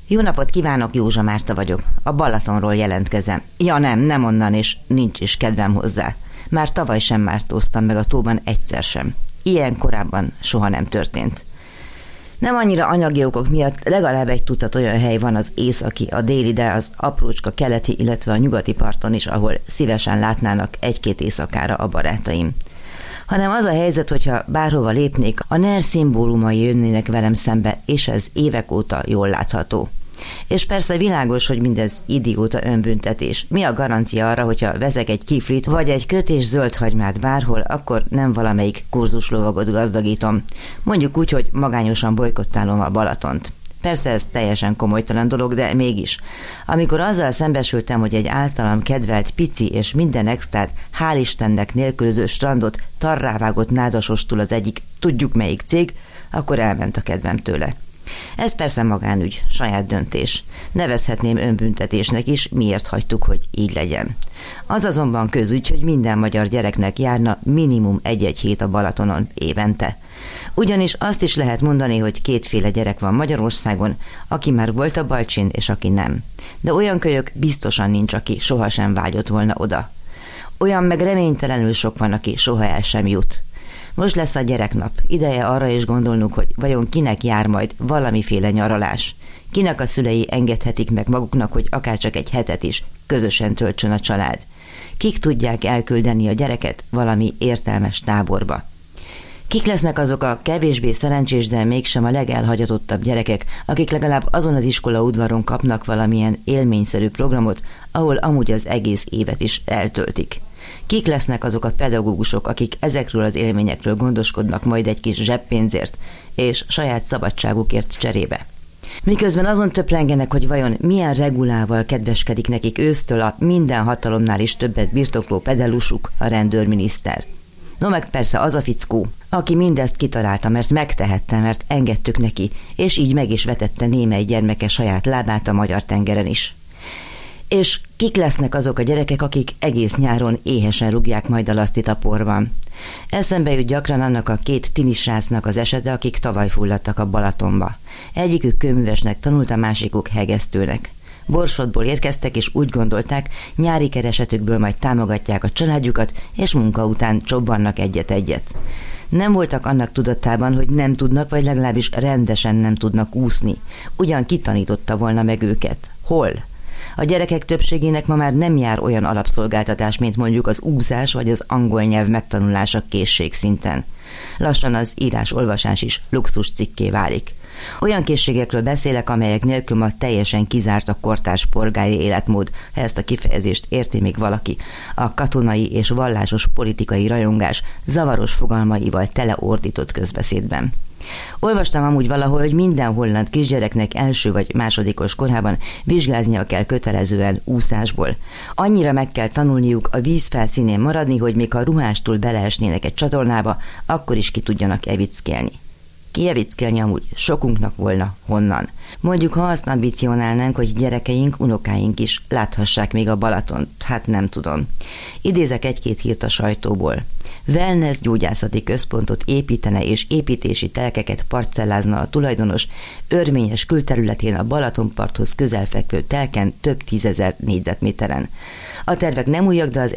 Jó napot kívánok, Józsa Márta vagyok. A Balatonról jelentkezem. Ja nem onnan, és nincs is kedvem hozzá. Már tavaly sem mártóztam meg a tóban egyszer sem. Ilyen korábban soha nem történt. Nem annyira anyagi okok miatt, legalább egy tucat olyan hely van az északi, a déli, de az aprócska keleti, illetve a nyugati parton is, ahol szívesen látnának egy-két éjszakára a barátaim. Hanem az a helyzet, hogyha bárhova lépnék, a NER szimbólumai jönnének velem szembe, és ez évek óta jól látható. És persze világos, hogy mindez idióta önbüntetés. Mi a garancia arra, hogyha vezek egy kiflit, vagy egy kötés zöldhagymát bárhol, akkor nem valamelyik kurzuslovagot gazdagítom. Mondjuk úgy, hogy magányosan bojkottálom a Balatont. Persze ez teljesen komolytalan dolog, de mégis. Amikor azzal szembesültem, hogy egy általam kedvelt pici és minden extrát, hál' Istennek nélkülöző strandot tarrávágott nádasostul az egyik tudjuk melyik cég, akkor elment a kedvem tőle. Ez persze magánügy, saját döntés. Nevezhetném önbüntetésnek is, miért hagytuk, hogy így legyen. Az azonban közügy, hogy minden magyar gyereknek járna minimum egy-egy hét a Balatonon évente. Ugyanis azt is lehet mondani, hogy kétféle gyerek van Magyarországon, aki már volt a Balcsin, és aki nem. De olyan kölyök biztosan nincs, aki sohasem vágyott volna oda. Olyan meg reménytelenül sok van, aki soha el sem jut. Most lesz a gyereknap. Ideje arra is gondolnunk, hogy vajon kinek jár majd valamiféle nyaralás. Kinek a szülei engedhetik meg maguknak, hogy akárcsak egy hetet is közösen töltsön a család. Kik tudják elküldeni a gyereket valami értelmes táborba. Kik lesznek azok a kevésbé szerencsés, de mégsem a legelhagyatottabb gyerekek, akik legalább azon az iskola udvaron kapnak valamilyen élményszerű programot, ahol amúgy az egész évet is eltöltik. Kik lesznek azok a pedagógusok, akik ezekről az élményekről gondoskodnak majd egy kis zseppénzért és saját szabadságukért cserébe. Miközben azon töprengenek, hogy vajon milyen regulával kedveskedik nekik ősztől a minden hatalomnál is többet birtokló pedelusuk, a rendőrminiszter. No meg persze az a fickó, aki mindezt kitalálta, mert megtehette, mert engedtük neki, és így meg is vetette némely gyermeke saját lábát a magyar tengeren is. És kik lesznek azok a gyerekek, akik egész nyáron éhesen rúgják majd a lasztit a porban? Eszembe jut gyakran annak a két tinisrácnak az esete, akik tavaly fulladtak a Balatonba. Egyikük kőművesnek tanult, a másikuk hegesztőnek. Borsodból érkeztek, és úgy gondolták, nyári keresetükből majd támogatják a családjukat, és munka után csobbannak egyet-egyet. Nem voltak annak tudatában, hogy nem tudnak, vagy legalábbis rendesen nem tudnak úszni. Ugyan kitanította volna meg őket. Hol? A gyerekek többségének ma már nem jár olyan alapszolgáltatás, mint mondjuk az úszás vagy az angol nyelv megtanulása készségszinten. Lassan az írás-olvasás is luxus cikké válik. Olyan készségekről beszélek, amelyek nélkül ma teljesen kizárt a kortárs polgári életmód, ha ezt a kifejezést érti még valaki. A katonai és vallásos politikai rajongás zavaros fogalmaival teleordított közbeszédben. Olvastam amúgy valahol, hogy minden holland kisgyereknek első vagy másodikos korában vizsgáznia kell kötelezően úszásból. Annyira meg kell tanulniuk a víz felszínén maradni, hogy még ha ruhástól beleesnének egy csatornába, akkor is ki tudjanak evickelni. Kievickelni amúgy sokunknak volna honnan. Mondjuk, ha azt ambicionálnánk, hogy gyerekeink, unokáink is láthassák még a Balatont, hát nem tudom. Idézek egy-két hírt a sajtóból. Wellness gyógyászati központot építene és építési telkeket parcellázna a tulajdonos örményes külterületén a Balatonparthoz közelfekvő telken több 10 000 négyzetméteren. A tervek nem újak, de az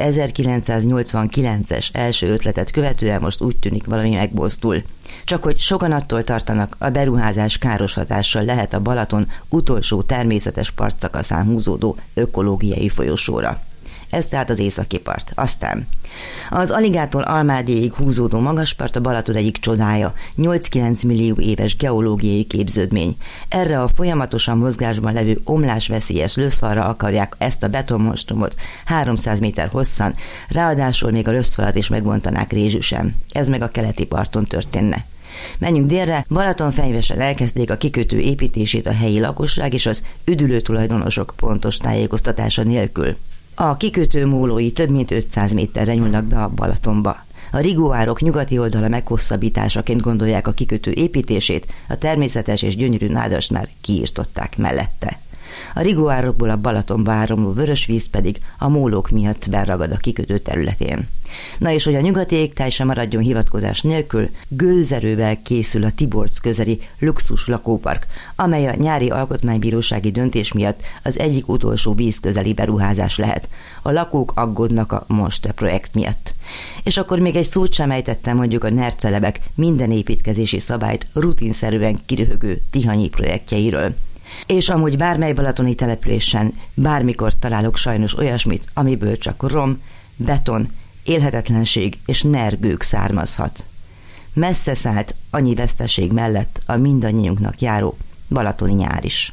1989-es első ötletet követően most úgy tűnik valami megmozdul. Csak hogy sokan attól tartanak, a beruházás káros hatással lehet a Balaton utolsó természetes partszakaszán húzódó ökológiai folyosóra. Ez tehát az északi part. Aztán az Aligától Almádéig húzódó magaspart a Balaton egyik csodája, 8-9 millió éves geológiai képződmény. Erre a folyamatosan mozgásban levő omlásveszélyes löszfalra akarják ezt a betonmonstrumot 300 méter hosszan, ráadásul még a löszfalat is megbontanák rézsüsen. Ez meg a keleti parton történne. Menjünk délre, Balatonfenyvesen elkezdték a kikötő építését a helyi lakosság és az üdülő tulajdonosok pontos tájékoztatása nélkül. A kikötő mólói több mint 500 méterre nyúlnak be a Balatonba. A rigóárok nyugati oldala meghosszabbításaként gondolják a kikötő építését, a természetes és gyönyörű nádast már kiirtották mellette. A rigóárokból a Balatonba áramló vörös víz pedig a mólók miatt beragad a kikötő területén. Na és hogy a nyugati égtáj sem maradjon hivatkozás nélkül, gőzerővel készül a Tiborc közeli luxus lakópark, amely a nyári alkotmánybírósági döntés miatt az egyik utolsó vízközeli beruházás lehet. A lakók aggódnak a Monster projekt miatt. És akkor még egy szót sem ejtettem mondjuk a nerdcelebek minden építkezési szabályt rutinszerűen kiröhögő Tihanyi projektjeiről. És amúgy bármely balatoni településen bármikor találok sajnos olyasmit, amiből csak rom, beton, élhetetlenség és nergők származhat. Messze szállt annyi veszteség mellett a mindannyiunknak járó balatoni nyár is.